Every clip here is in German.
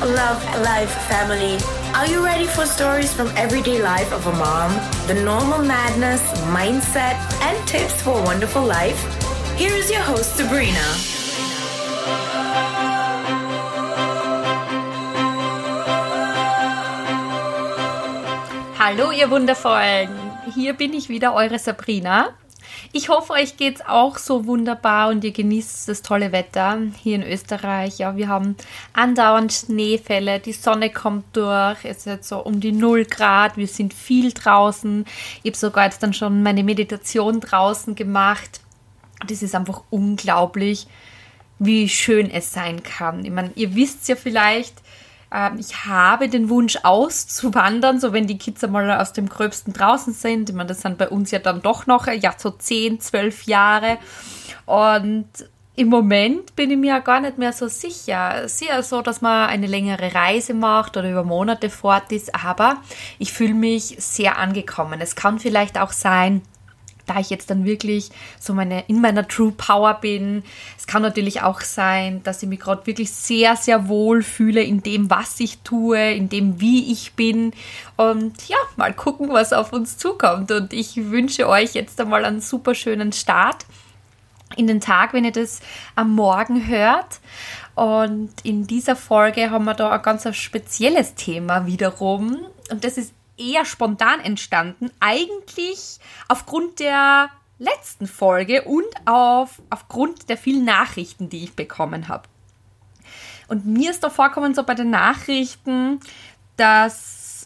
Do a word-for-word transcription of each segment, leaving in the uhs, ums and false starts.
love life, family. Are you ready for stories from everyday life of a mom? The normal madness, mindset, and tips for a wonderful life? Here is your host, Sabrina. Hallo ihr Wundervollen, hier bin ich wieder, eure Sabrina. Ich hoffe, euch geht's auch so wunderbar und ihr genießt das tolle Wetter hier in Österreich. Ja, wir haben andauernd Schneefälle, die Sonne kommt durch, es ist jetzt so um die null Grad, wir sind viel draußen. Ich habe sogar jetzt dann schon meine Meditation draußen gemacht. Das ist einfach unglaublich, wie schön es sein kann. Ich meine, ihr wisst ja vielleicht, ich habe den Wunsch auszuwandern, so wenn die Kids einmal aus dem Gröbsten draußen sind. Ich meine, das sind bei uns ja dann doch noch ja, so zehn, zwölf Jahre. Und im Moment bin ich mir ja gar nicht mehr so sicher. Es ist ja so, dass man eine längere Reise macht oder über Monate fort ist, aber ich fühle mich sehr angekommen. Es kann vielleicht auch sein, da ich jetzt dann wirklich so meine in meiner True Power bin. Es kann natürlich auch sein, dass ich mich gerade wirklich sehr, sehr wohl fühle in dem, was ich tue, in dem, wie ich bin. Und ja, mal gucken, was auf uns zukommt. Und ich wünsche euch jetzt einmal einen super schönen Start in den Tag, wenn ihr das am Morgen hört. Und in dieser Folge haben wir da ein ganz spezielles Thema wiederum. Und das ist eher spontan entstanden, eigentlich aufgrund der letzten Folge und auf, aufgrund der vielen Nachrichten, die ich bekommen habe. Und mir ist da vorgekommen, so bei den Nachrichten, dass,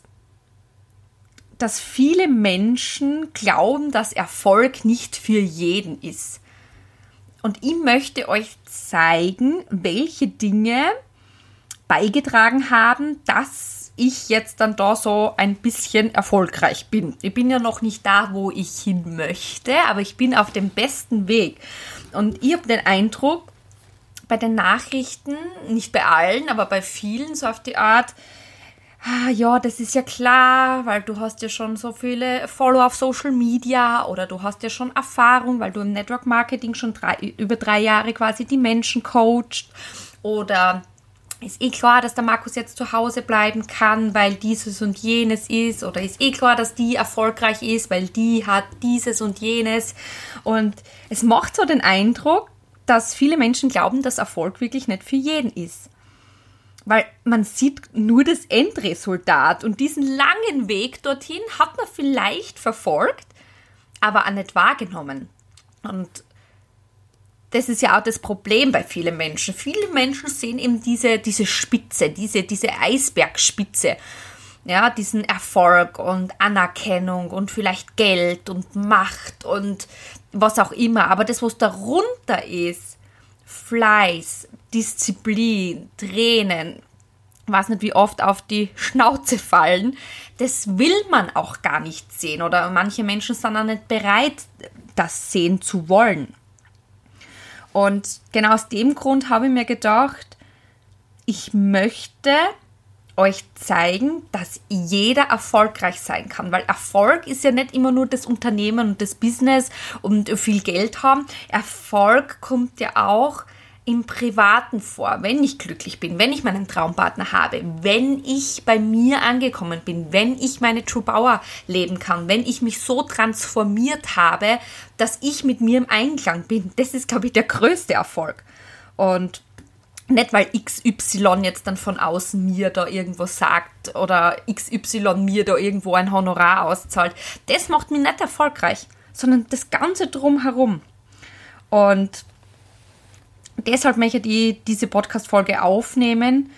dass viele Menschen glauben, dass Erfolg nicht für jeden ist. Und ich möchte euch zeigen, welche Dinge beigetragen haben, dass ich jetzt dann da so ein bisschen erfolgreich bin. Ich bin ja noch nicht da, wo ich hin möchte, aber ich bin auf dem besten Weg. Und ich habe den Eindruck, bei den Nachrichten, nicht bei allen, aber bei vielen, so auf die Art, ah, ja, das ist ja klar, weil du hast ja schon so viele Follower auf Social Media oder du hast ja schon Erfahrung, weil du im Network Marketing schon drei, über drei Jahre quasi die Menschen coacht oder ist eh klar, dass der Markus jetzt zu Hause bleiben kann, weil dieses und jenes ist. Oder ist eh klar, dass die erfolgreich ist, weil die hat dieses und jenes. Und es macht so den Eindruck, dass viele Menschen glauben, dass Erfolg wirklich nicht für jeden ist. Weil man sieht nur das Endresultat. Und diesen langen Weg dorthin hat man vielleicht verfolgt, aber auch nicht wahrgenommen. Und das ist ja auch das Problem bei vielen Menschen. Viele Menschen sehen eben diese, diese Spitze, diese, diese Eisbergspitze, ja, diesen Erfolg und Anerkennung und vielleicht Geld und Macht und was auch immer. Aber das, was darunter ist, Fleiß, Disziplin, Tränen, weiß nicht, wie oft auf die Schnauze fallen, das will man auch gar nicht sehen. Oder manche Menschen sind auch nicht bereit, das sehen zu wollen. Und genau aus dem Grund habe ich mir gedacht, ich möchte euch zeigen, dass jeder erfolgreich sein kann. Weil Erfolg ist ja nicht immer nur das Unternehmen und das Business und viel Geld haben. Erfolg kommt ja auch im Privaten vor, wenn ich glücklich bin, wenn ich meinen Traumpartner habe, wenn ich bei mir angekommen bin, wenn ich meine True Power leben kann, wenn ich mich so transformiert habe, dass ich mit mir im Einklang bin. Das ist, glaube ich, der größte Erfolg. Und nicht, weil X Y jetzt dann von außen mir da irgendwo sagt oder X Y mir da irgendwo ein Honorar auszahlt. Das macht mich nicht erfolgreich, sondern das Ganze drumherum. Und deshalb möchte ich diese Podcast-Folge aufnehmen,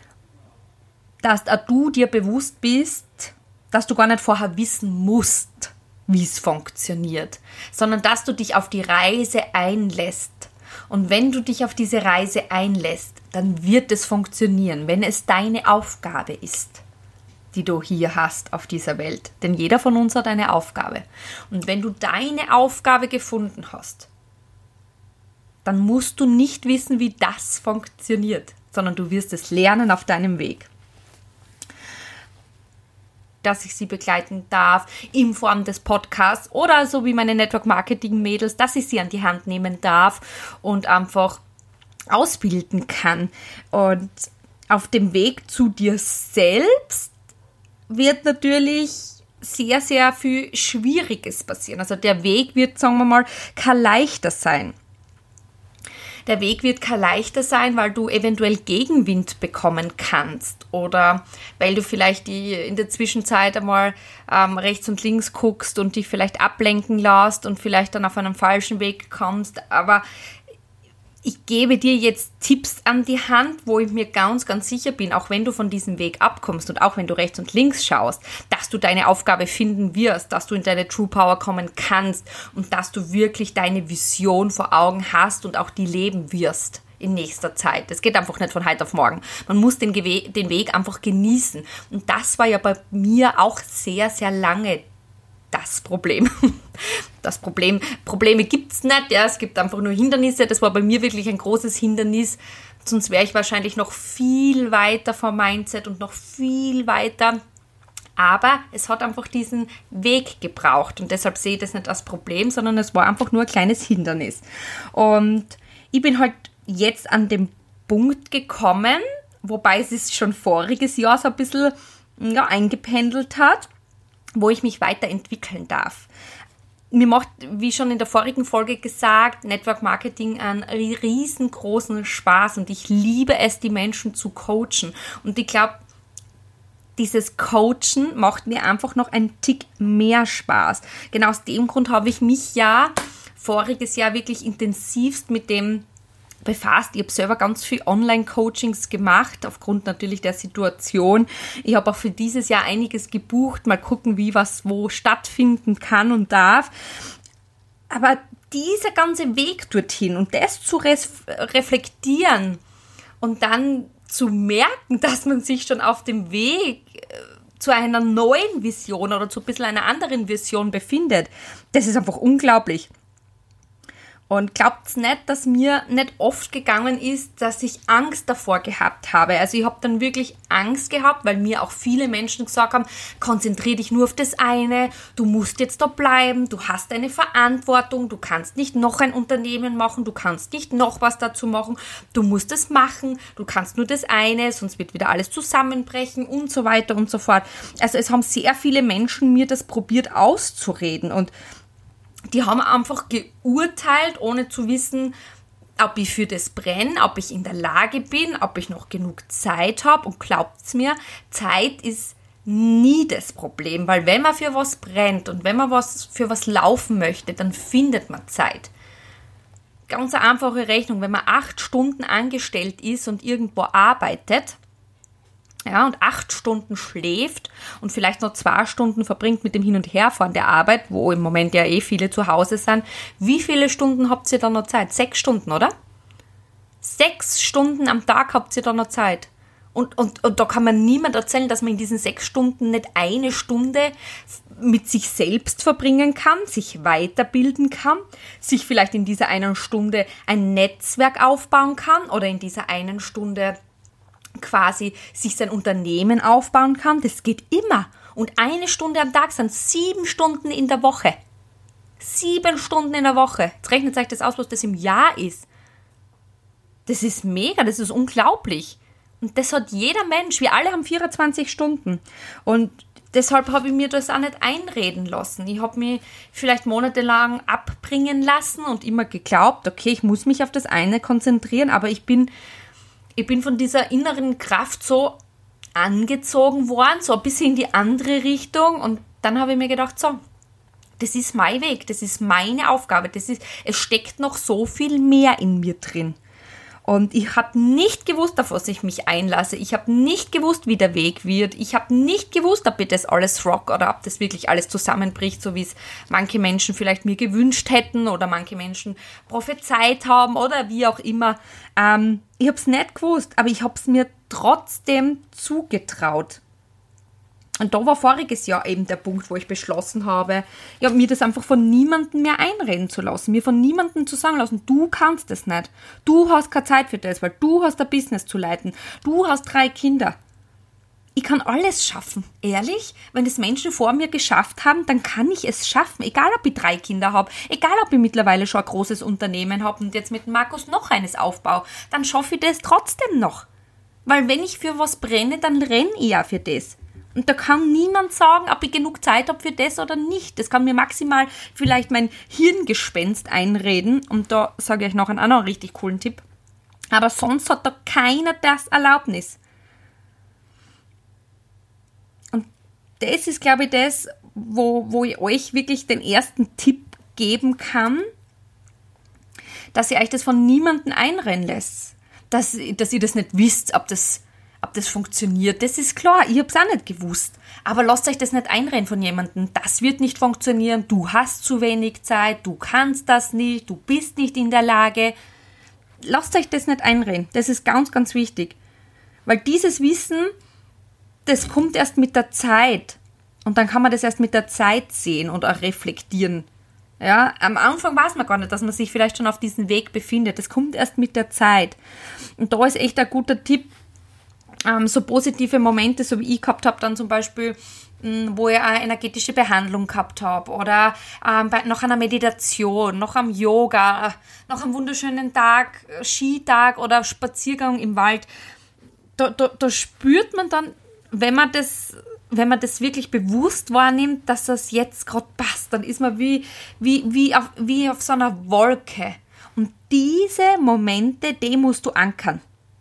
dass auch du dir bewusst bist, dass du gar nicht vorher wissen musst, wie es funktioniert, sondern dass du dich auf die Reise einlässt. Und wenn du dich auf diese Reise einlässt, dann wird es funktionieren, wenn es deine Aufgabe ist, die du hier hast auf dieser Welt. Denn jeder von uns hat eine Aufgabe. Und wenn du deine Aufgabe gefunden hast, dann musst du nicht wissen, wie das funktioniert, sondern du wirst es lernen auf deinem Weg. Dass ich sie begleiten darf in Form des Podcasts oder so wie meine Network-Marketing-Mädels, dass ich sie an die Hand nehmen darf und einfach ausbilden kann. Und auf dem Weg zu dir selbst wird natürlich sehr, sehr viel Schwieriges passieren. Also der Weg wird, sagen wir mal, kein leichter sein. Der Weg wird kein leichter sein, weil du eventuell Gegenwind bekommen kannst oder weil du vielleicht die in der Zwischenzeit einmal ähm, rechts und links guckst und dich vielleicht ablenken lässt und vielleicht dann auf einen falschen Weg kommst. Aber ich gebe dir jetzt Tipps an die Hand, wo ich mir ganz, ganz sicher bin, auch wenn du von diesem Weg abkommst und auch wenn du rechts und links schaust, dass du deine Aufgabe finden wirst, dass du in deine True Power kommen kannst und dass du wirklich deine Vision vor Augen hast und auch die leben wirst in nächster Zeit. Das geht einfach nicht von heute auf morgen. Man muss den, Gewe- den Weg einfach genießen. Und das war ja bei mir auch sehr, sehr lange das Problem. Das Problem, Probleme gibt es nicht, ja, es gibt einfach nur Hindernisse. Das war bei mir wirklich ein großes Hindernis. Sonst wäre ich wahrscheinlich noch viel weiter vom Mindset und noch viel weiter. Aber es hat einfach diesen Weg gebraucht und deshalb sehe ich das nicht als Problem, sondern es war einfach nur ein kleines Hindernis. Und ich bin halt jetzt an dem Punkt gekommen, wobei es ist schon voriges Jahr so ein bisschen ja, eingependelt hat, wo ich mich weiterentwickeln darf. Mir macht, wie schon in der vorigen Folge gesagt, Network Marketing einen riesengroßen Spaß und ich liebe es, die Menschen zu coachen. Und ich glaube, dieses Coachen macht mir einfach noch einen Tick mehr Spaß. Genau aus dem Grund habe ich mich ja voriges Jahr wirklich intensivst mit dem befasst. Ich habe selber ganz viel Online-Coachings gemacht, aufgrund natürlich der Situation. Ich habe auch für dieses Jahr einiges gebucht, mal gucken, wie was wo stattfinden kann und darf. Aber dieser ganze Weg dorthin und das zu res- reflektieren und dann zu merken, dass man sich schon auf dem Weg zu einer neuen Vision oder zu ein bisschen einer anderen Vision befindet, das ist einfach unglaublich. Und glaubt's nicht, dass mir nicht oft gegangen ist, dass ich Angst davor gehabt habe. Also ich habe dann wirklich Angst gehabt, weil mir auch viele Menschen gesagt haben, konzentriere dich nur auf das eine, du musst jetzt da bleiben, du hast eine Verantwortung, du kannst nicht noch ein Unternehmen machen, du kannst nicht noch was dazu machen, du musst es machen, du kannst nur das eine, sonst wird wieder alles zusammenbrechen und so weiter und so fort. Also es haben sehr viele Menschen mir das probiert auszureden und die haben einfach geurteilt, ohne zu wissen, ob ich für das brenne, ob ich in der Lage bin, ob ich noch genug Zeit habe. Und glaubt's mir, Zeit ist nie das Problem, weil wenn man für was brennt und wenn man was für was laufen möchte, dann findet man Zeit. Ganz eine einfache Rechnung, wenn man acht Stunden angestellt ist und irgendwo arbeitet, ja, und acht Stunden schläft und vielleicht noch zwei Stunden verbringt mit dem Hin- und Herfahren der Arbeit, wo im Moment ja eh viele zu Hause sind. Wie viele Stunden habt ihr da noch Zeit? Sechs Stunden, oder? Sechs Stunden am Tag habt ihr da noch Zeit. Und, und, und da kann man niemand erzählen, dass man in diesen sechs Stunden nicht eine Stunde mit sich selbst verbringen kann, sich weiterbilden kann, sich vielleicht in dieser einen Stunde ein Netzwerk aufbauen kann oder in dieser einen Stunde quasi sich sein Unternehmen aufbauen kann. Das geht immer. Und eine Stunde am Tag sind sieben Stunden in der Woche. Sieben Stunden in der Woche. Jetzt rechnet euch das aus, was das im Jahr ist. Das ist mega, das ist unglaublich. Und das hat jeder Mensch. Wir alle haben vierundzwanzig Stunden. Und deshalb habe ich mir das auch nicht einreden lassen. Ich habe mich vielleicht monatelang abbringen lassen und immer geglaubt, okay, ich muss mich auf das eine konzentrieren, aber ich bin Ich bin von dieser inneren Kraft so angezogen worden, so ein bisschen in die andere Richtung. Und dann habe ich mir gedacht, so, das ist mein Weg, das ist meine Aufgabe. Das ist, es steckt noch so viel mehr in mir drin. Und ich habe nicht gewusst, auf was ich mich einlasse. Ich habe nicht gewusst, wie der Weg wird. Ich habe nicht gewusst, ob ich das alles rock oder ob das wirklich alles zusammenbricht, so wie es manche Menschen vielleicht mir gewünscht hätten oder manche Menschen prophezeit haben oder wie auch immer. Ähm, ich habe es nicht gewusst, aber ich habe es mir trotzdem zugetraut. Und da war voriges Jahr eben der Punkt, wo ich beschlossen habe, ja, mir das einfach von niemandem mehr einreden zu lassen, mir von niemandem zu sagen lassen, du kannst das nicht, du hast keine Zeit für das, weil du hast ein Business zu leiten, du hast drei Kinder. Ich kann alles schaffen, ehrlich, wenn es Menschen vor mir geschafft haben, dann kann ich es schaffen, egal ob ich drei Kinder habe, egal ob ich mittlerweile schon ein großes Unternehmen habe und jetzt mit Markus noch eines aufbaue, dann schaffe ich das trotzdem noch. Weil wenn ich für was brenne, dann renne ich ja für das. Und da kann niemand sagen, ob ich genug Zeit habe für das oder nicht. Das kann mir maximal vielleicht mein Hirngespenst einreden. Und da sage ich euch noch einen anderen richtig coolen Tipp. Aber sonst hat da keiner das Erlaubnis. Und das ist, glaube ich, das, wo, wo ich euch wirklich den ersten Tipp geben kann, dass ihr euch das von niemandem einrennen lässt. Dass, dass ihr das nicht wisst, ob das Ob das funktioniert, das ist klar, ich habe es auch nicht gewusst. Aber lasst euch das nicht einrennen von jemandem. Das wird nicht funktionieren, du hast zu wenig Zeit, du kannst das nicht, du bist nicht in der Lage. Lasst euch das nicht einrennen, das ist ganz, ganz wichtig. Weil dieses Wissen, das kommt erst mit der Zeit. Und dann kann man das erst mit der Zeit sehen und auch reflektieren. Ja, am Anfang weiß man gar nicht, dass man sich vielleicht schon auf diesem Weg befindet. Das kommt erst mit der Zeit. Und da ist echt ein guter Tipp, Ähm, so positive Momente, so wie ich gehabt habe, dann zum Beispiel, mh, wo ich eine energetische Behandlung gehabt habe oder ähm, bei, nach einer Meditation, nach einem Yoga, nach einem wunderschönen Tag, Skitag oder Spaziergang im Wald. Da, da, da spürt man dann, wenn man das, wenn man das wirklich bewusst wahrnimmt, dass das jetzt gerade passt, dann ist man wie, wie, wie, auf, wie auf so einer Wolke. Und diese Momente, die musst du ankern.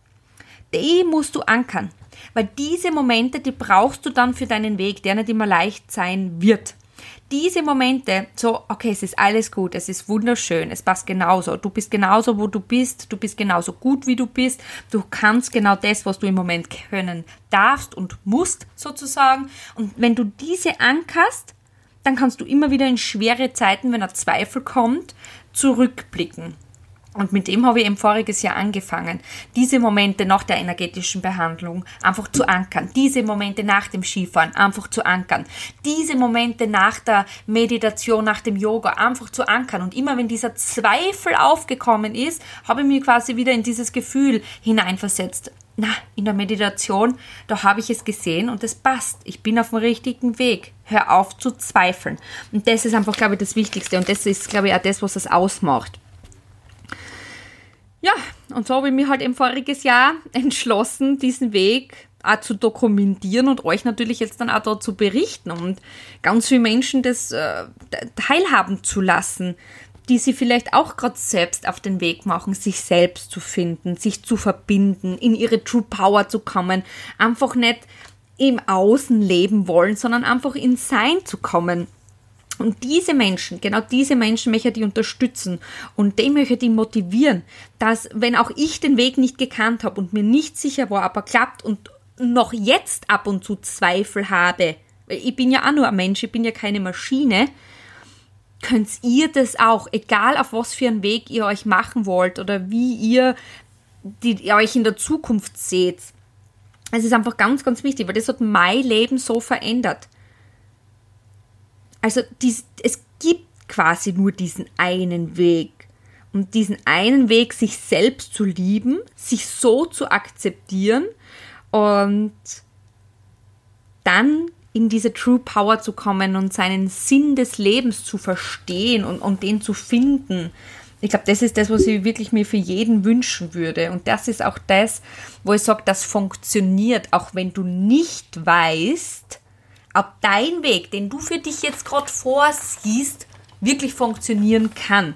Die musst du ankern, weil diese Momente, die brauchst du dann für deinen Weg, der nicht immer leicht sein wird. Diese Momente, so, okay, es ist alles gut, es ist wunderschön, es passt genauso, du bist genauso, wo du bist, du bist genauso gut, wie du bist, du kannst genau das, was du im Moment können darfst und musst, sozusagen. Und wenn du diese ankerst, dann kannst du immer wieder in schwere Zeiten, wenn ein Zweifel kommt, zurückblicken. Und mit dem habe ich eben voriges Jahr angefangen, diese Momente nach der energetischen Behandlung einfach zu ankern, diese Momente nach dem Skifahren einfach zu ankern, diese Momente nach der Meditation, nach dem Yoga einfach zu ankern. Und immer wenn dieser Zweifel aufgekommen ist, habe ich mich quasi wieder in dieses Gefühl hineinversetzt. Na, in der Meditation, da habe ich es gesehen und es passt. Ich bin auf dem richtigen Weg. Hör auf zu zweifeln. Und das ist einfach, glaube ich, das Wichtigste. Und das ist, glaube ich, auch das, was es ausmacht. Ja, und so habe ich mich halt im voriges Jahr entschlossen, diesen Weg auch zu dokumentieren und euch natürlich jetzt dann auch dazu berichten und ganz viele Menschen das äh, teilhaben zu lassen, die sie vielleicht auch gerade selbst auf den Weg machen, sich selbst zu finden, sich zu verbinden, in ihre True Power zu kommen, einfach nicht im Außen leben wollen, sondern einfach in Sein zu kommen. Und diese Menschen, genau diese Menschen möchte ich unterstützen und die möchte ich motivieren, dass, wenn auch ich den Weg nicht gekannt habe und mir nicht sicher war, aber klappt und noch jetzt ab und zu Zweifel habe, ich bin ja auch nur ein Mensch, ich bin ja keine Maschine, könnt ihr das auch, egal auf was für einen Weg ihr euch machen wollt oder wie ihr, die, ihr euch in der Zukunft seht. Es ist einfach ganz, ganz wichtig, weil das hat mein Leben so verändert. Also dies, es gibt quasi nur diesen einen Weg. Und diesen einen Weg, sich selbst zu lieben, sich so zu akzeptieren und dann in diese True Power zu kommen und seinen Sinn des Lebens zu verstehen und, und den zu finden. Ich glaube, das ist das, was ich wirklich mir für jeden wünschen würde. Und das ist auch das, wo ich sage, das funktioniert, auch wenn du nicht weißt, ob dein Weg, den du für dich jetzt gerade vorsiehst, wirklich funktionieren kann.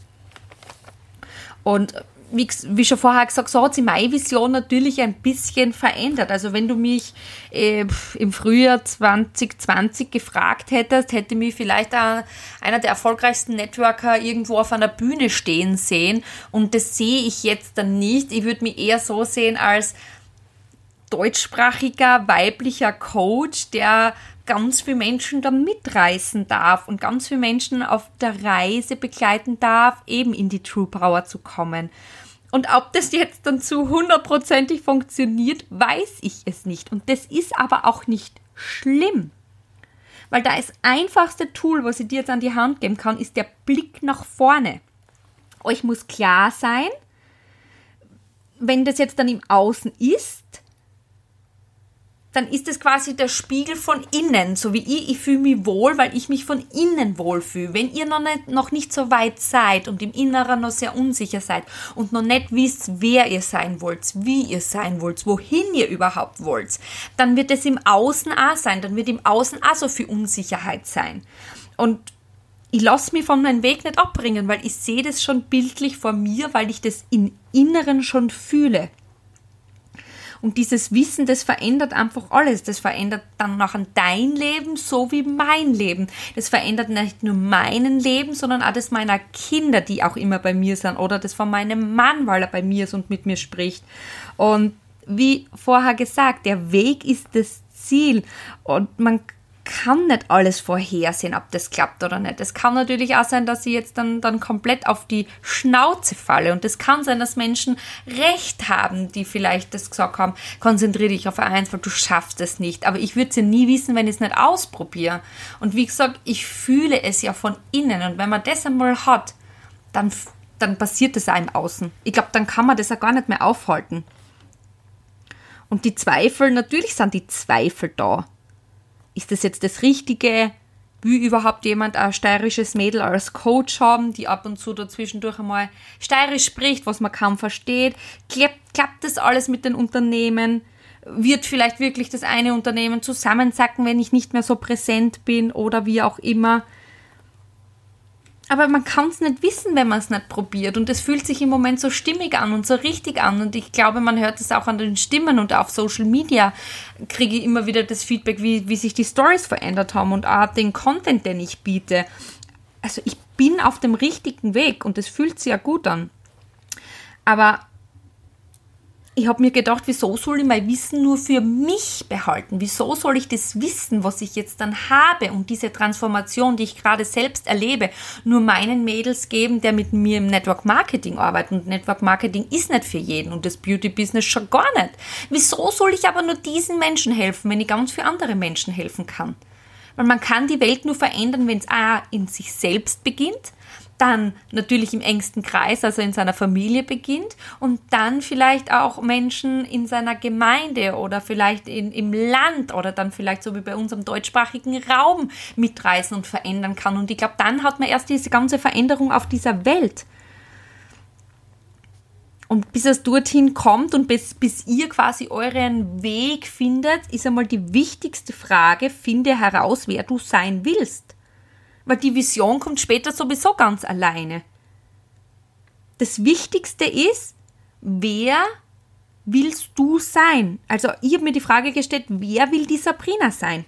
Und wie, wie schon vorher gesagt, so hat sich meine Vision natürlich ein bisschen verändert. Also wenn du mich äh, im Frühjahr zwanzig zwanzig gefragt hättest, hätte mich vielleicht äh, einer der erfolgreichsten Networker irgendwo auf einer Bühne stehen sehen. Und das sehe ich jetzt dann nicht. Ich würde mich eher so sehen als deutschsprachiger, weiblicher Coach, der ganz viele Menschen dann mitreißen darf und ganz viele Menschen auf der Reise begleiten darf, eben in die True Power zu kommen. Und ob das jetzt dann zu hundertprozentig funktioniert, weiß ich es nicht. Und das ist aber auch nicht schlimm. Weil das einfachste Tool, was ich dir jetzt an die Hand geben kann, ist der Blick nach vorne. Euch muss klar sein, wenn das jetzt dann im Außen ist, dann ist es quasi der Spiegel von innen, so wie ich, ich fühle mich wohl, weil ich mich von innen wohlfühle. Wenn ihr noch nicht, noch nicht so weit seid und im Inneren noch sehr unsicher seid und noch nicht wisst, wer ihr sein wollt, wie ihr sein wollt, wohin ihr überhaupt wollt, dann wird es im Außen auch sein, dann wird im Außen auch so viel Unsicherheit sein. Und ich lasse mich von meinem Weg nicht abbringen, weil ich sehe das schon bildlich vor mir, weil ich das im Inneren schon fühle. Und dieses Wissen, das verändert einfach alles. Das verändert dann nachher dein Leben so wie mein Leben. Das verändert nicht nur mein Leben, sondern auch das meiner Kinder, die auch immer bei mir sind. Oder das von meinem Mann, weil er bei mir ist und mit mir spricht. Und wie vorher gesagt, der Weg ist das Ziel. Und man kann nicht alles vorhersehen, ob das klappt oder nicht. Es kann natürlich auch sein, dass ich jetzt dann, dann komplett auf die Schnauze falle. Und es kann sein, dass Menschen Recht haben, die vielleicht das gesagt haben, konzentriere dich auf eins, weil du schaffst es nicht. Aber ich würde es ja nie wissen, wenn ich es nicht ausprobiere. Und wie gesagt, ich fühle es ja von innen. Und wenn man das einmal hat, dann, dann passiert es auch im Außen. Ich glaube, dann kann man das ja gar nicht mehr aufhalten. Und die Zweifel, natürlich sind die Zweifel da. Ist das jetzt das Richtige? Will überhaupt jemand ein steirisches Mädel als Coach haben, die ab und zu da zwischendurch einmal steirisch spricht, was man kaum versteht? Klappt, klappt das alles mit den Unternehmen? Wird vielleicht wirklich das eine Unternehmen zusammensacken, wenn ich nicht mehr so präsent bin oder wie auch immer? Aber man kann es nicht wissen, wenn man es nicht probiert. Und es fühlt sich im Moment so stimmig an und so richtig an. Und ich glaube, man hört es auch an den Stimmen und auf Social Media kriege ich immer wieder das Feedback, wie, wie sich die Stories verändert haben und auch den Content, den ich biete. Also ich bin auf dem richtigen Weg und es fühlt sich ja gut an. Aber ich habe mir gedacht, wieso soll ich mein Wissen nur für mich behalten? Wieso soll ich das Wissen, was ich jetzt dann habe und diese Transformation, die ich gerade selbst erlebe, nur meinen Mädels geben, der mit mir im Network Marketing arbeitet? Und Network Marketing ist nicht für jeden und das Beauty Business schon gar nicht. Wieso soll ich aber nur diesen Menschen helfen, wenn ich ganz viele andere Menschen helfen kann? Weil man kann die Welt nur verändern, wenn es auch in sich selbst beginnt, dann natürlich im engsten Kreis, also in seiner Familie beginnt und dann vielleicht auch Menschen in seiner Gemeinde oder vielleicht in, im Land oder dann vielleicht so wie bei uns im deutschsprachigen Raum mitreißen und verändern kann. Und ich glaube, dann hat man erst diese ganze Veränderung auf dieser Welt. Und bis es dorthin kommt und bis, bis ihr quasi euren Weg findet, ist einmal die wichtigste Frage, finde heraus, wer du sein willst. Weil die Vision kommt später sowieso ganz alleine. Das Wichtigste ist, wer willst du sein? Also ich habe mir die Frage gestellt, wer will die Sabrina sein?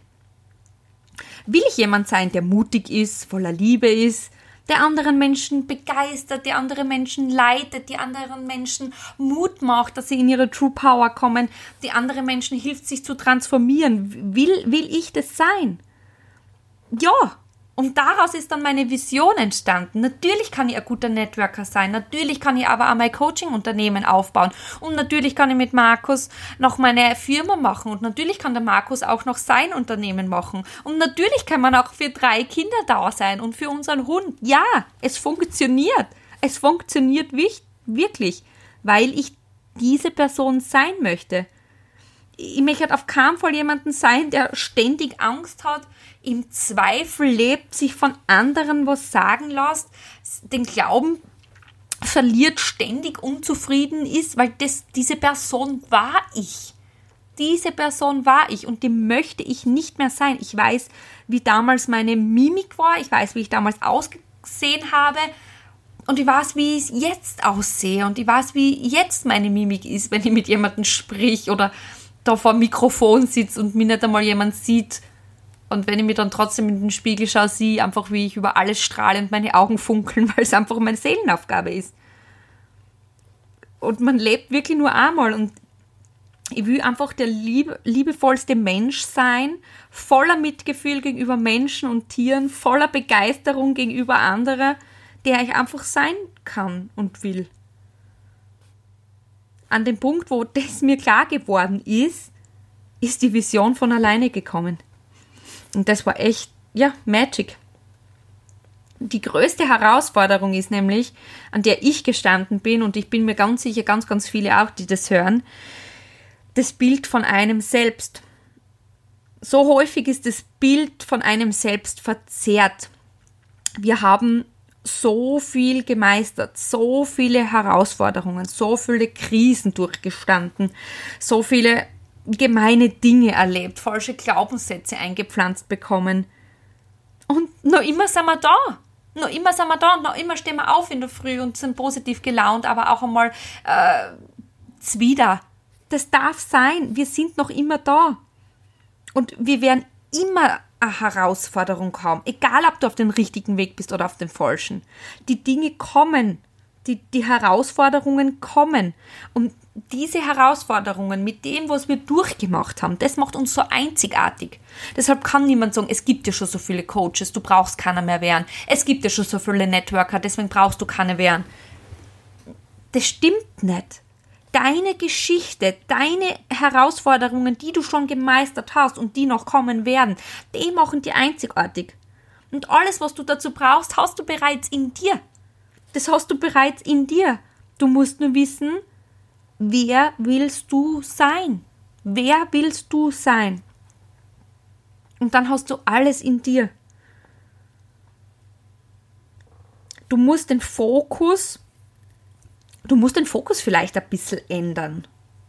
Will ich jemand sein, der mutig ist, voller Liebe ist, der anderen Menschen begeistert, der andere Menschen leitet, die anderen Menschen Mut macht, dass sie in ihre True Power kommen, die andere Menschen hilft, sich zu transformieren? Will, will ich das sein? Ja. Und daraus ist dann meine Vision entstanden. Natürlich kann ich ein guter Networker sein, natürlich kann ich aber auch mein Coaching-Unternehmen aufbauen und natürlich kann ich mit Markus noch meine Firma machen und natürlich kann der Markus auch noch sein Unternehmen machen und natürlich kann man auch für drei Kinder da sein und für unseren Hund. Ja, es funktioniert. Es funktioniert wirklich, weil ich diese Person sein möchte. Ich möchte auf keinen Fall jemanden sein, der ständig Angst hat, im Zweifel lebt, sich von anderen was sagen lässt, den Glauben verliert, ständig unzufrieden ist, weil das, diese Person war ich. Diese Person war ich und die möchte ich nicht mehr sein. Ich weiß, wie damals meine Mimik war, ich weiß, wie ich damals ausgesehen habe und ich weiß, wie ich jetzt aussehe und ich weiß, wie jetzt meine Mimik ist, wenn ich mit jemandem sprich oder da vor dem Mikrofon sitze und mich nicht einmal jemand sieht. Und wenn ich mir dann trotzdem in den Spiegel schaue, sehe ich einfach, wie ich über alles strahle und meine Augen funkeln, weil es einfach meine Seelenaufgabe ist. Und man lebt wirklich nur einmal. Und ich will einfach der liebe, liebevollste Mensch sein, voller Mitgefühl gegenüber Menschen und Tieren, voller Begeisterung gegenüber anderen, der ich einfach sein kann und will. An dem Punkt, wo das mir klar geworden ist, ist die Vision von alleine gekommen. Und das war echt, ja, Magic. Die größte Herausforderung ist nämlich, an der ich gestanden bin, und ich bin mir ganz sicher, ganz, ganz viele auch, die das hören, das Bild von einem selbst. so häufig ist das Bild von einem selbst verzerrt. Wir haben so viel gemeistert, so viele Herausforderungen, so viele Krisen durchgestanden, so viele gemeine Dinge erlebt, falsche Glaubenssätze eingepflanzt bekommen. Und noch immer sind wir da. Noch immer sind wir da und noch immer stehen wir auf in der Früh und sind positiv gelaunt, aber auch einmal äh, zwider. Das darf sein. Wir sind noch immer da. Und wir werden immer eine Herausforderung haben, egal ob du auf dem richtigen Weg bist oder auf dem falschen. Die Dinge kommen, die, die Herausforderungen kommen. Und diese Herausforderungen mit dem, was wir durchgemacht haben, das macht uns so einzigartig. Deshalb kann niemand sagen, es gibt ja schon so viele Coaches, du brauchst keiner mehr werden. Es gibt ja schon so viele Networker, deswegen brauchst du keine werden. Das stimmt nicht. Deine Geschichte, deine Herausforderungen, die du schon gemeistert hast und die noch kommen werden, die machen dich einzigartig. Und alles, was du dazu brauchst, hast du bereits in dir. Das hast du bereits in dir. Du musst nur wissen, wer willst du sein? Wer willst du sein? Und dann hast du alles in dir. Du musst den Fokus Du musst den Fokus vielleicht ein bisschen ändern.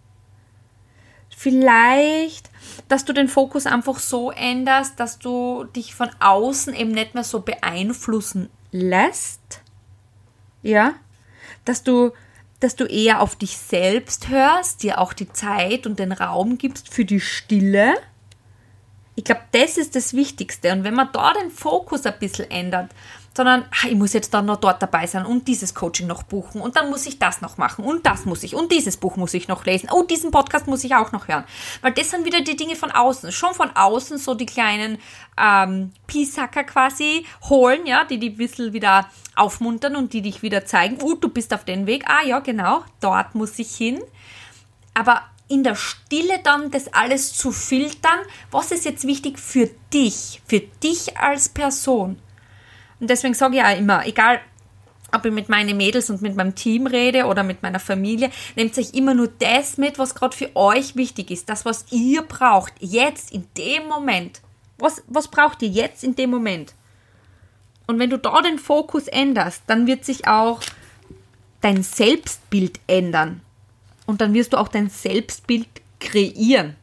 Vielleicht, dass du den Fokus einfach so änderst, dass du dich von außen eben nicht mehr so beeinflussen lässt. Ja, dass du, dass du eher auf dich selbst hörst, dir auch die Zeit und den Raum gibst für die Stille. Ich glaube, das ist das Wichtigste. Und wenn man da den Fokus ein bisschen ändert, sondern ach, ich muss jetzt dann noch dort dabei sein und dieses Coaching noch buchen und dann muss ich das noch machen und das muss ich und dieses Buch muss ich noch lesen und diesen Podcast muss ich auch noch hören. Weil das sind wieder die Dinge von außen. Schon von außen so die kleinen ähm, Piesacker quasi holen, ja, die die ein bisschen wieder aufmuntern und die dich wieder zeigen, oh, du bist auf den Weg. Ah ja, genau, dort muss ich hin. Aber in der Stille dann das alles zu filtern, was ist jetzt wichtig für dich, für dich als Person. Und deswegen sage ich auch immer, egal ob ich mit meinen Mädels und mit meinem Team rede oder mit meiner Familie, nehmt euch immer nur das mit, was gerade für euch wichtig ist. Das, was ihr braucht, jetzt, in dem Moment. Was, was braucht ihr jetzt in dem Moment? Und wenn du da den Fokus änderst, dann wird sich auch dein Selbstbild ändern. Und dann wirst du auch dein Selbstbild kreieren.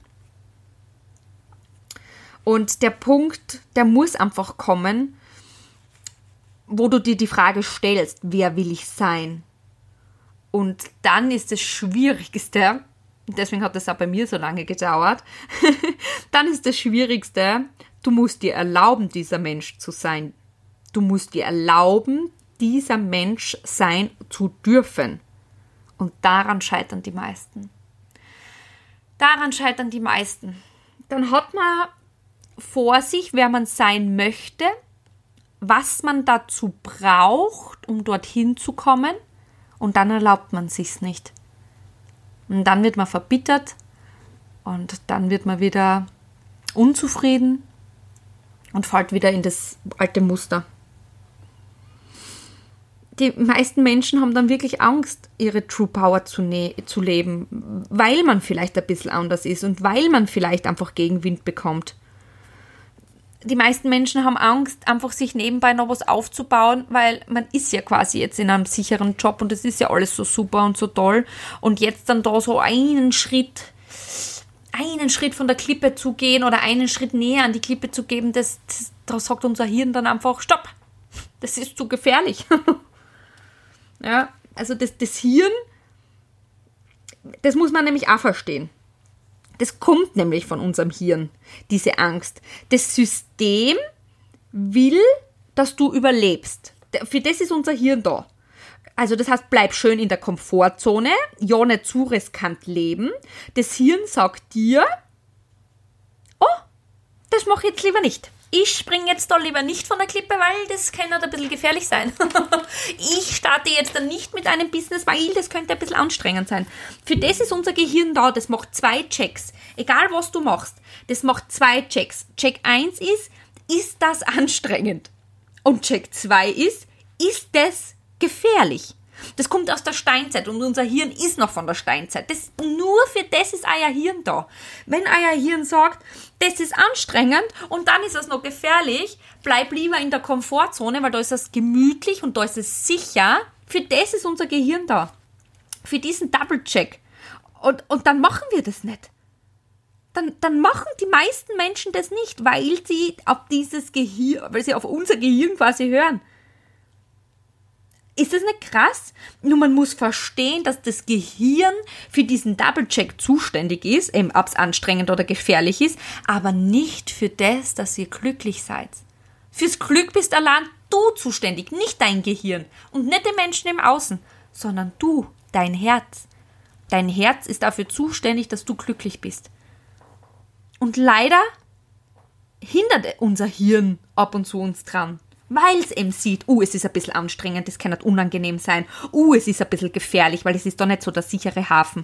Und der Punkt, der muss einfach kommen, wo du dir die Frage stellst, wer will ich sein? Und dann ist das Schwierigste, deswegen hat das auch bei mir so lange gedauert, dann ist das Schwierigste, du musst dir erlauben, dieser Mensch zu sein. Du musst dir erlauben, dieser Mensch sein zu dürfen. Und daran scheitern die meisten. Daran scheitern die meisten. Dann hat man vor sich, wer man sein möchte, was man dazu braucht, um dorthin zu kommen, und dann erlaubt man sich's nicht. Und dann wird man verbittert und dann wird man wieder unzufrieden und fällt wieder in das alte Muster. Die meisten Menschen haben dann wirklich Angst, ihre True Power zu, ne- zu leben, weil man vielleicht ein bisschen anders ist und weil man vielleicht einfach Gegenwind bekommt. Die meisten Menschen haben Angst, einfach sich nebenbei noch was aufzubauen, weil man ist ja quasi jetzt in einem sicheren Job und es ist ja alles so super und so toll. Und jetzt dann da so einen Schritt, einen Schritt von der Klippe zu gehen oder einen Schritt näher an die Klippe zu geben, das, das, da sagt unser Hirn dann einfach, stopp, das ist zu gefährlich. Ja, also das, das Hirn, das muss man nämlich auch verstehen. Das kommt nämlich von unserem Hirn, diese Angst. Das System will, dass du überlebst. Für das ist unser Hirn da. Also das heißt, bleib schön in der Komfortzone, ja nicht zu riskant leben. Das Hirn sagt dir, oh, das mache ich jetzt lieber nicht. Ich springe jetzt da lieber nicht von der Klippe, weil das kann halt ein bisschen gefährlich sein. Ich starte jetzt dann nicht mit einem Business, weil das könnte ein bisschen anstrengend sein. Für das ist unser Gehirn da. Das macht zwei Checks. Egal, was du machst. Das macht zwei Checks. Check eins ist, ist das anstrengend? Und Check zwei ist, ist das gefährlich? Das kommt aus der Steinzeit und unser Hirn ist noch von der Steinzeit. Das, nur für das ist euer Hirn da. Wenn euer Hirn sagt, das ist anstrengend und dann ist es noch gefährlich, bleib lieber in der Komfortzone, weil da ist es gemütlich und da ist es sicher. Für das ist unser Gehirn da. Für diesen Double-Check. Und, und dann machen wir das nicht. Dann, dann machen die meisten Menschen das nicht, weil sie auf dieses Gehirn, weil sie auf unser Gehirn quasi hören. Ist das nicht krass? Nur man muss verstehen, dass das Gehirn für diesen Double-Check zuständig ist, eben ob es anstrengend oder gefährlich ist, aber nicht für das, dass ihr glücklich seid. Fürs Glück bist allein du zuständig, nicht dein Gehirn und nicht die Menschen im Außen, sondern du, dein Herz. Dein Herz ist dafür zuständig, dass du glücklich bist. Und leider hindert unser Hirn ab und zu uns dran, weil es eben sieht, uh, es ist ein bisschen anstrengend, das kann nicht unangenehm sein, uh, es ist ein bisschen gefährlich, weil es ist doch nicht so der sichere Hafen.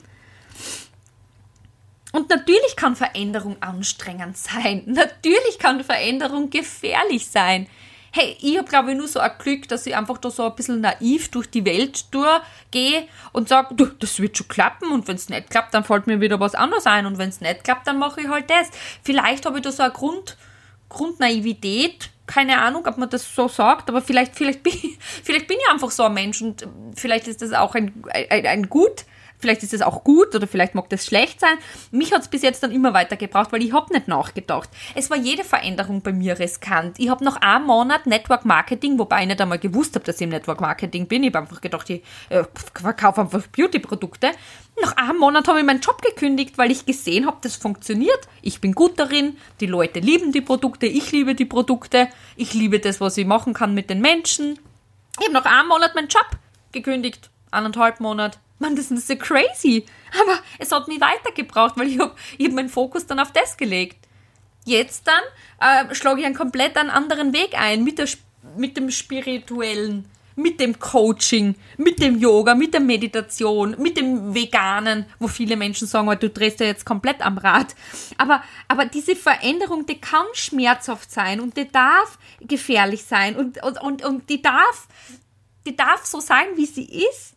Und natürlich kann Veränderung anstrengend sein, natürlich kann Veränderung gefährlich sein. Hey, ich habe, glaube ich, nur so ein Glück, dass ich einfach da so ein bisschen naiv durch die Welt durchgehe und sage, du, das wird schon klappen und wenn es nicht klappt, dann fällt mir wieder was anderes ein und wenn es nicht klappt, dann mache ich halt das. Vielleicht habe ich da so eine Grund, Grundnaivität, keine Ahnung, ob man das so sagt, aber vielleicht, vielleicht, bin, ich, vielleicht bin ich einfach so ein Mensch und vielleicht ist das auch ein, ein, ein Gut. Vielleicht ist es auch gut oder vielleicht mag das schlecht sein. Mich hat es bis jetzt dann immer weiter gebraucht, weil ich habe nicht nachgedacht. Es war jede Veränderung bei mir riskant. Ich habe nach einem Monat Network Marketing, wobei ich nicht einmal gewusst habe, dass ich im Network Marketing bin. Ich habe einfach gedacht, ich äh, verkaufe einfach Beauty-Produkte. Nach einem Monat habe ich meinen Job gekündigt, weil ich gesehen habe, das funktioniert. Ich bin gut darin, die Leute lieben die Produkte, ich liebe die Produkte, ich liebe das, was ich machen kann mit den Menschen. Ich habe nach einem Monat meinen Job gekündigt, eineinhalb Monate. Mann, das ist so crazy. Aber es hat mich weitergebraucht, weil ich habe ich hab meinen Fokus dann auf das gelegt. Jetzt dann äh, schlage ich einen komplett einen anderen Weg ein, mit, der, mit dem Spirituellen, mit dem Coaching, mit dem Yoga, mit der Meditation, mit dem Veganen, wo viele Menschen sagen, du drehst ja jetzt komplett am Rad. Aber, aber diese Veränderung, die kann schmerzhaft sein und die darf gefährlich sein und, und, und, und die, darf, die darf so sein, wie sie ist.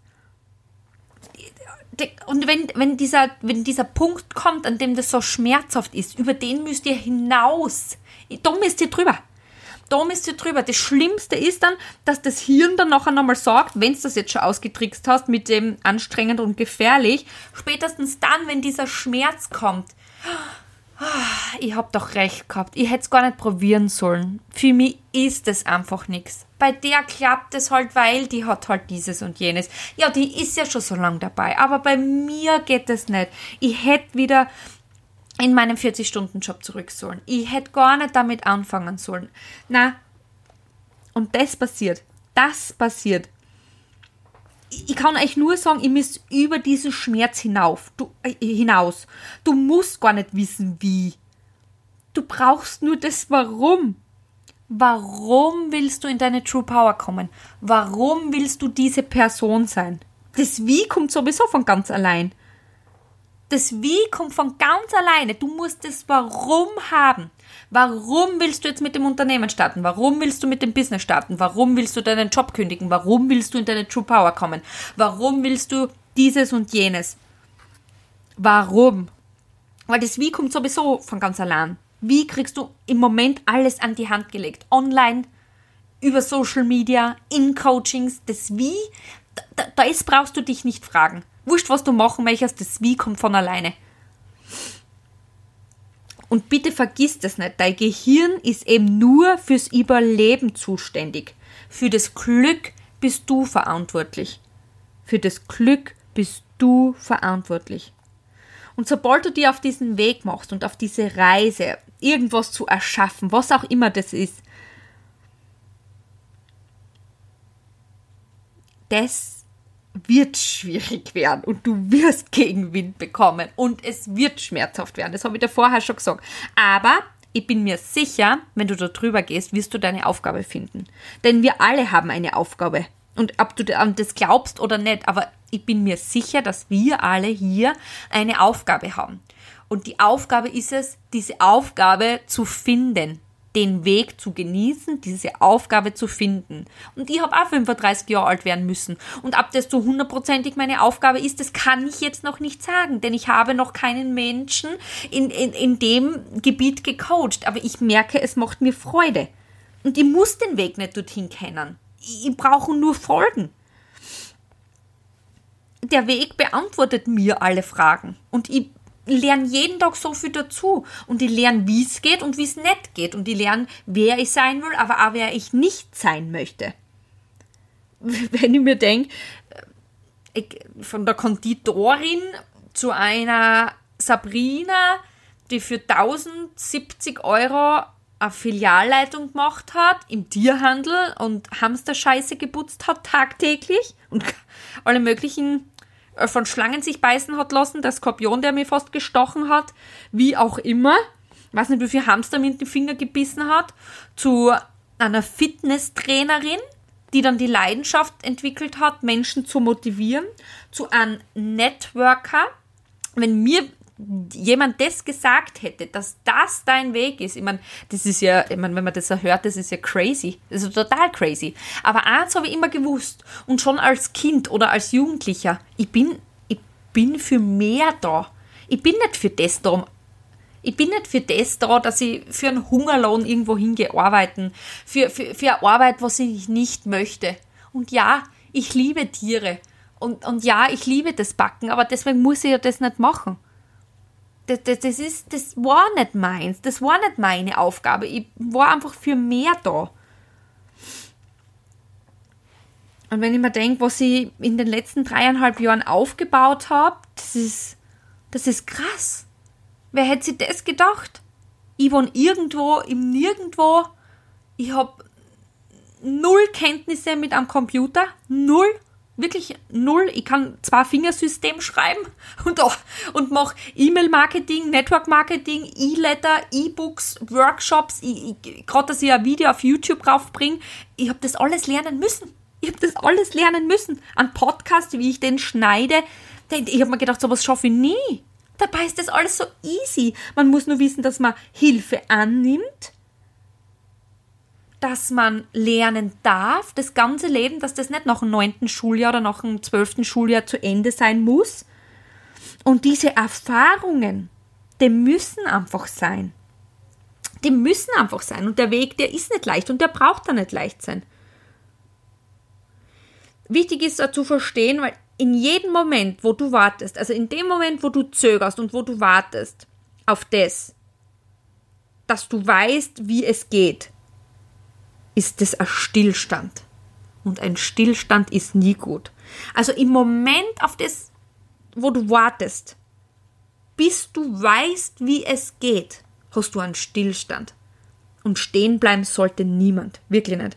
Und wenn, wenn, dieser, wenn dieser Punkt kommt, an dem das so schmerzhaft ist, über den müsst ihr hinaus. Da müsst ihr drüber. Da müsst ihr drüber. Das Schlimmste ist dann, dass das Hirn dann nachher nochmal sagt, wenn du das jetzt schon ausgetrickst hast mit dem anstrengend und gefährlich, spätestens dann, wenn dieser Schmerz kommt, ich hab doch recht gehabt, ich hätte es gar nicht probieren sollen. Für mich ist es einfach nichts. Bei der klappt es halt, weil die hat halt dieses und jenes. Ja, die ist ja schon so lange dabei, aber bei mir geht es nicht. Ich hätte wieder in meinen vierzig-Stunden-Job zurück sollen. Ich hätte gar nicht damit anfangen sollen. Na, und das passiert. Das passiert. Ich kann euch nur sagen, ihr müsst über diesen Schmerz hinauf, du, äh, hinaus. Du musst gar nicht wissen, wie. Du brauchst nur das Warum. Warum willst du in deine True Power kommen? Warum willst du diese Person sein? Das Wie kommt sowieso von ganz allein. Das Wie kommt von ganz alleine. Du musst das Warum haben. Warum willst du jetzt mit dem Unternehmen starten? Warum willst du mit dem Business starten? Warum willst du deinen Job kündigen? Warum willst du in deine True Power kommen? Warum willst du dieses und jenes? Warum? Weil das Wie kommt sowieso von ganz allein. Wie kriegst du im Moment alles an die Hand gelegt? Online, über Social Media, in Coachings. Das Wie, da, da ist, brauchst du dich nicht fragen. Wurscht, was du machen möchtest, das Wie kommt von alleine. Und bitte vergiss das nicht, dein Gehirn ist eben nur fürs Überleben zuständig. Für das Glück bist du verantwortlich. Für das Glück bist du verantwortlich. Und sobald du dir auf diesen Weg machst und auf diese Reise, irgendwas zu erschaffen, was auch immer das ist, das wird schwierig werden und du wirst Gegenwind bekommen und es wird schmerzhaft werden. Das habe ich dir vorher schon gesagt. Aber ich bin mir sicher, wenn du da drüber gehst, wirst du deine Aufgabe finden. Denn wir alle haben eine Aufgabe. Und ob du an das glaubst oder nicht, aber ich bin mir sicher, dass wir alle hier eine Aufgabe haben. Und die Aufgabe ist es, diese Aufgabe zu finden. den Weg zu genießen, diese Aufgabe zu finden. Und ich habe auch fünfunddreißig Jahre alt werden müssen. Und ob das so hundertprozentig meine Aufgabe ist, das kann ich jetzt noch nicht sagen, denn ich habe noch keinen Menschen in, in, in dem Gebiet gecoacht. Aber ich merke, es macht mir Freude. Und ich muss den Weg nicht dorthin kennen. Ich, ich brauche nur folgen. Der Weg beantwortet mir alle Fragen. Und ich lerne jeden Tag so viel dazu. Und ich lerne, wie es geht und wie es nicht geht. Und ich lerne, wer ich sein will, aber auch wer ich nicht sein möchte. Wenn ich mir denke, von der Konditorin zu einer Sabrina, die für tausendsiebzig Euro eine Filialleitung gemacht hat im Tierhandel und Hamsterscheiße geputzt hat tagtäglich und alle möglichen von Schlangen sich beißen hat lassen, der Skorpion, der mir fast gestochen hat, wie auch immer, ich weiß nicht, wie viel Hamster mir in den Finger gebissen hat, zu einer Fitnesstrainerin, die dann die Leidenschaft entwickelt hat, Menschen zu motivieren, zu einem Networker. Wenn mir jemand das gesagt hätte, dass das dein Weg ist, ich meine, das ist ja, ich meine, wenn man das so hört, das ist ja crazy, das ist total crazy. Aber eins habe ich immer gewusst und schon als Kind oder als Jugendlicher, ich bin, ich bin für mehr da. Ich bin nicht für das da, ich bin nicht für das da, dass ich für einen Hungerlohn irgendwo hingehe arbeiten, für, für, für eine Arbeit, was ich nicht möchte. Und ja, ich liebe Tiere und, und ja, ich liebe das Backen, aber deswegen muss ich ja das nicht machen. Das, das, das, ist, das war nicht meins, das war nicht meine Aufgabe. Ich war einfach für mehr da. Und wenn ich mir denke, was ich in den letzten dreieinhalb Jahren aufgebaut habe, das ist, das ist krass. Wer hätte sich das gedacht? Ich wohne irgendwo im Nirgendwo. Ich habe null Kenntnisse mit einem Computer. Null. Wirklich null. Ich kann zwei Fingersystem schreiben und, oh, und mache E-Mail-Marketing, Network-Marketing, E-Letter, E-Books, Workshops. Gerade, dass ich ein Video auf YouTube raufbringe. Ich habe das alles lernen müssen. Ich habe das alles lernen müssen. Ein Podcast, wie ich den schneide. Ich habe mir gedacht, sowas schaffe ich nie. Dabei ist das alles so easy. Man muss nur wissen, dass man Hilfe annimmt, dass man lernen darf, das ganze Leben, dass das nicht nach dem neunten Schuljahr oder nach dem zwölften Schuljahr zu Ende sein muss. Und diese Erfahrungen, die müssen einfach sein. Die müssen einfach sein. Und der Weg, der ist nicht leicht und der braucht da nicht leicht sein. Wichtig ist auch zu verstehen, weil in jedem Moment, wo du wartest, also in dem Moment, wo du zögerst und wo du wartest auf das, dass du weißt, wie es geht, ist das ein Stillstand. Und ein Stillstand ist nie gut. Also im Moment auf das, wo du wartest, bis du weißt, wie es geht, hast du einen Stillstand. Und stehen bleiben sollte niemand. Wirklich nicht.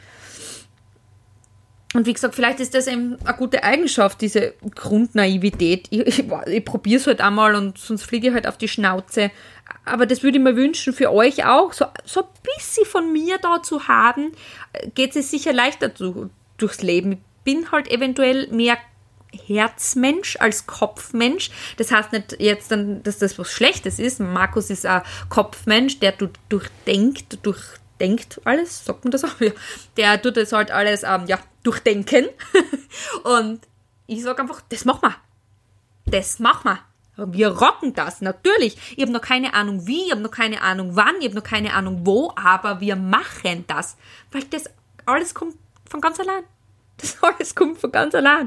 Und wie gesagt, vielleicht ist das eben eine gute Eigenschaft, diese Grundnaivität. Ich, ich, ich probiere es halt einmal und sonst fliege ich halt auf die Schnauze. Aber das würde ich mir wünschen für euch auch, so, so ein bisschen von mir da zu haben, geht es sicher leichter zu, durchs Leben. Ich bin halt eventuell mehr Herzmensch als Kopfmensch. Das heißt nicht jetzt, dann, dass das was Schlechtes ist. Markus ist ein Kopfmensch, der durchdenkt, durchdenkt alles, sagt man das auch? Ja. Der tut das halt alles ähm, ja, durchdenken. Und ich sage einfach, das machen wir. Das machen wir. Wir rocken das, natürlich. Ich habe noch keine Ahnung wie, ich habe noch keine Ahnung wann, ich habe noch keine Ahnung wo, aber wir machen das. Weil das alles kommt von ganz allein. Das alles kommt von ganz allein.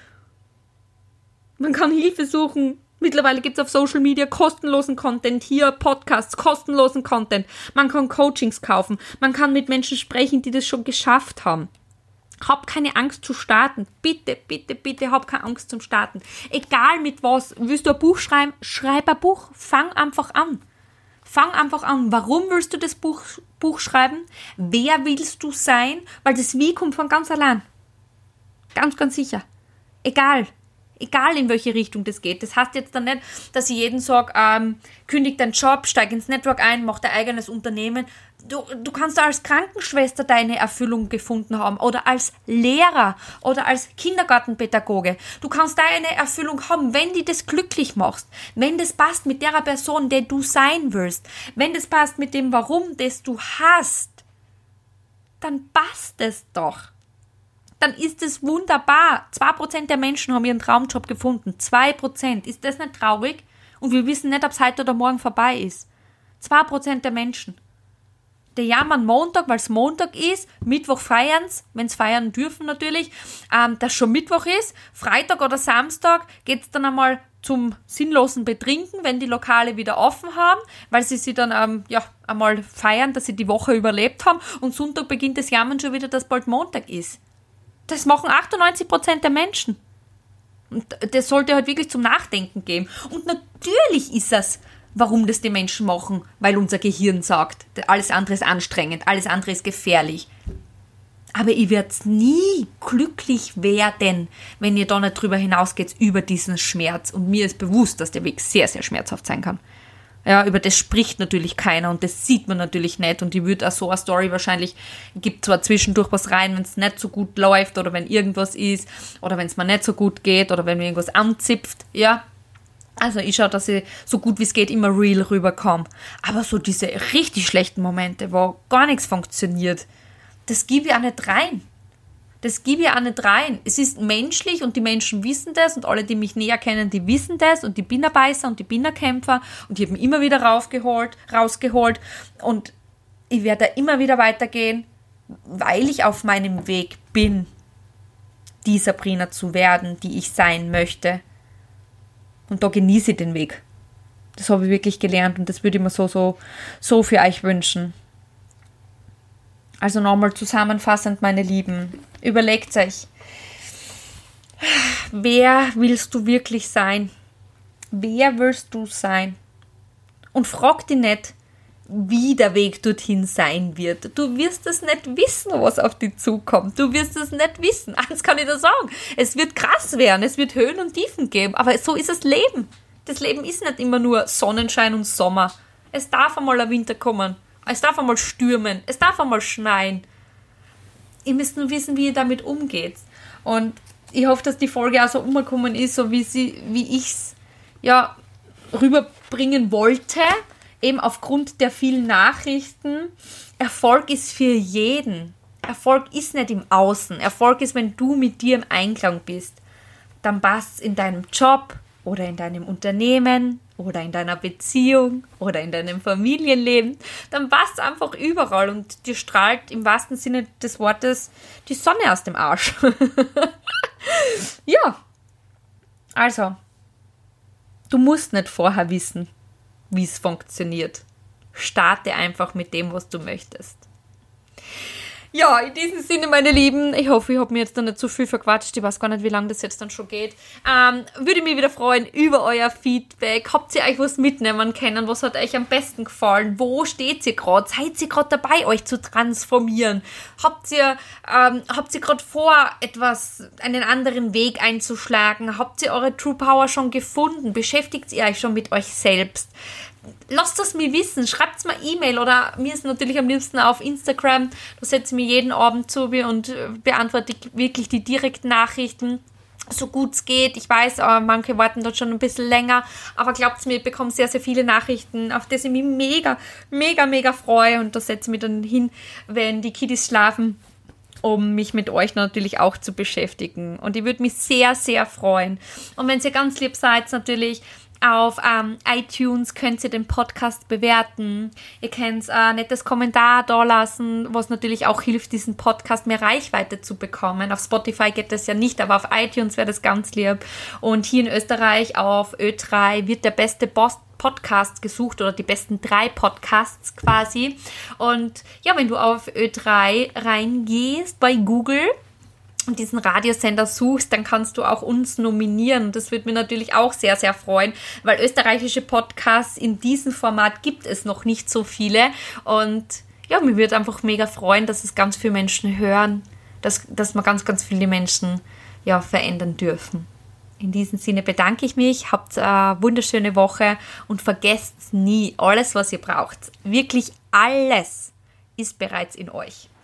Man kann Hilfe suchen. Mittlerweile gibt es auf Social Media kostenlosen Content, hier Podcasts, kostenlosen Content. Man kann Coachings kaufen. Man kann mit Menschen sprechen, die das schon geschafft haben. Hab keine Angst zu starten. Bitte, bitte, bitte, hab keine Angst zum Starten. Egal mit was. Willst du ein Buch schreiben? Schreib ein Buch. Fang einfach an. Fang einfach an. Warum willst du das Buch, Buch schreiben? Wer willst du sein? Weil das Wie kommt von ganz allein. Ganz, ganz sicher. Egal. Egal in welche Richtung das geht. Das heißt jetzt dann nicht, dass ich jeden sage, ähm, kündig deinen Job, steig ins Network ein, mach dein eigenes Unternehmen. Du, du kannst als Krankenschwester deine Erfüllung gefunden haben oder als Lehrer oder als Kindergartenpädagoge. Du kannst deine Erfüllung haben, wenn du das glücklich machst, wenn das passt mit der Person, der du sein willst, wenn das passt mit dem Warum, das du hast, dann passt es doch. Dann ist es wunderbar. zwei Prozent der Menschen haben ihren Traumjob gefunden. zwei Prozent. Ist das nicht traurig? Und wir wissen nicht, ob es heute oder morgen vorbei ist. zwei Prozent der Menschen. Die jammern Montag, weil es Montag ist. Mittwoch feiern es, wenn es feiern dürfen natürlich, ähm, dass schon Mittwoch ist. Freitag oder Samstag geht es dann einmal zum sinnlosen Betrinken, wenn die Lokale wieder offen haben, weil sie sich dann ähm, ja, einmal feiern, dass sie die Woche überlebt haben. Und Sonntag beginnt das Jammern schon wieder, dass bald Montag ist. Das machen achtundneunzig Prozent der Menschen. Und das sollte halt wirklich zum Nachdenken geben. Und natürlich ist es, warum das die Menschen machen, weil unser Gehirn sagt, alles andere ist anstrengend, alles andere ist gefährlich. Aber ihr werdet nie glücklich werden, wenn ihr da nicht drüber hinausgeht, über diesen Schmerz. Und mir ist bewusst, dass der Weg sehr, sehr schmerzhaft sein kann. Ja, über das spricht natürlich keiner und das sieht man natürlich nicht. Und ich würde auch so eine Story wahrscheinlich, gibt zwar zwischendurch was rein, wenn es nicht so gut läuft oder wenn irgendwas ist oder wenn es mir nicht so gut geht oder wenn mir irgendwas anzipft, ja. Also ich schaue, dass ich so gut wie es geht immer real rüberkomme. Aber so diese richtig schlechten Momente, wo gar nichts funktioniert, das gebe ich auch nicht rein. Das gebe ich auch nicht rein. Es ist menschlich und die Menschen wissen das und alle, die mich näher kennen, die wissen das und die Binnerbeißer und die Binnerkämpfer und die haben immer wieder raufgeholt, rausgeholt und ich werde da immer wieder weitergehen, weil ich auf meinem Weg bin, die Sabrina zu werden, die ich sein möchte. Und da genieße ich den Weg. Das habe ich wirklich gelernt und das würde ich mir so, so, so für euch wünschen. Also nochmal zusammenfassend, meine Lieben, überlegt euch, wer willst du wirklich sein? Wer willst du sein? Und frag dich nicht, wie der Weg dorthin sein wird. Du wirst es nicht wissen, was auf dich zukommt. Du wirst es nicht wissen. Eins kann ich dir sagen. Es wird krass werden, es wird Höhen und Tiefen geben, aber so ist das Leben. Das Leben ist nicht immer nur Sonnenschein und Sommer. Es darf einmal ein Winter kommen. Es darf einmal stürmen. Es darf einmal schneien. Ihr müsst nur wissen, wie ihr damit umgeht. Und ich hoffe, dass die Folge auch so umgekommen ist, so wie sie, wie ich es ja, rüberbringen wollte. Eben aufgrund der vielen Nachrichten. Erfolg ist für jeden. Erfolg ist nicht im Außen. Erfolg ist, wenn du mit dir im Einklang bist. Dann passt es in deinem Job oder in deinem Unternehmen oder in deiner Beziehung oder in deinem Familienleben. Dann passt es einfach überall und dir strahlt im wahrsten Sinne des Wortes die Sonne aus dem Arsch. Ja. Also, du musst nicht vorher wissen, wie es funktioniert. Starte einfach mit dem, was du möchtest. Ja, in diesem Sinne, meine Lieben, ich hoffe, ich habe mir jetzt noch nicht zu viel verquatscht. Ich weiß gar nicht, wie lange das jetzt dann schon geht. Ähm, würde mich wieder freuen über euer Feedback. Habt ihr euch was mitnehmen können? Was hat euch am besten gefallen? Wo steht ihr gerade? Seid ihr gerade dabei, euch zu transformieren? Habt ihr, ähm, habt ihr gerade vor, etwas, einen anderen Weg einzuschlagen? Habt ihr eure True Power schon gefunden? Beschäftigt ihr euch schon mit euch selbst? Lasst es mir wissen, schreibt mir E-Mail oder mir ist natürlich am liebsten auf Instagram. Da setze ich mir jeden Abend zu und beantworte wirklich die direkten Nachrichten, so gut es geht. Ich weiß, manche warten dort schon ein bisschen länger, aber glaubt mir, ich bekomme sehr, sehr viele Nachrichten, auf die ich mich mega, mega, mega freue und da setze ich mich dann hin, wenn die Kiddies schlafen, um mich mit euch natürlich auch zu beschäftigen. Und ich würde mich sehr, sehr freuen. Und wenn ihr ganz lieb seid, natürlich auf ähm, iTunes könnt ihr den Podcast bewerten. Ihr könnt ein äh, nettes Kommentar da lassen, was natürlich auch hilft, diesen Podcast mehr Reichweite zu bekommen. Auf Spotify geht das ja nicht, aber auf iTunes wäre das ganz lieb. Und hier in Österreich auf Ö drei wird der beste Boss Podcast gesucht oder die besten drei Podcasts quasi. Und ja, wenn du auf Ö drei reingehst bei Google und diesen Radiosender suchst, dann kannst du auch uns nominieren. Das würde mich natürlich auch sehr, sehr freuen, weil österreichische Podcasts in diesem Format gibt es noch nicht so viele. Und ja, mir würde einfach mega freuen, dass es ganz viele Menschen hören, dass, dass wir ganz, ganz viele Menschen ja, verändern dürfen. In diesem Sinne bedanke ich mich, habt eine wunderschöne Woche und vergesst nie, alles, was ihr braucht, wirklich alles ist bereits in euch.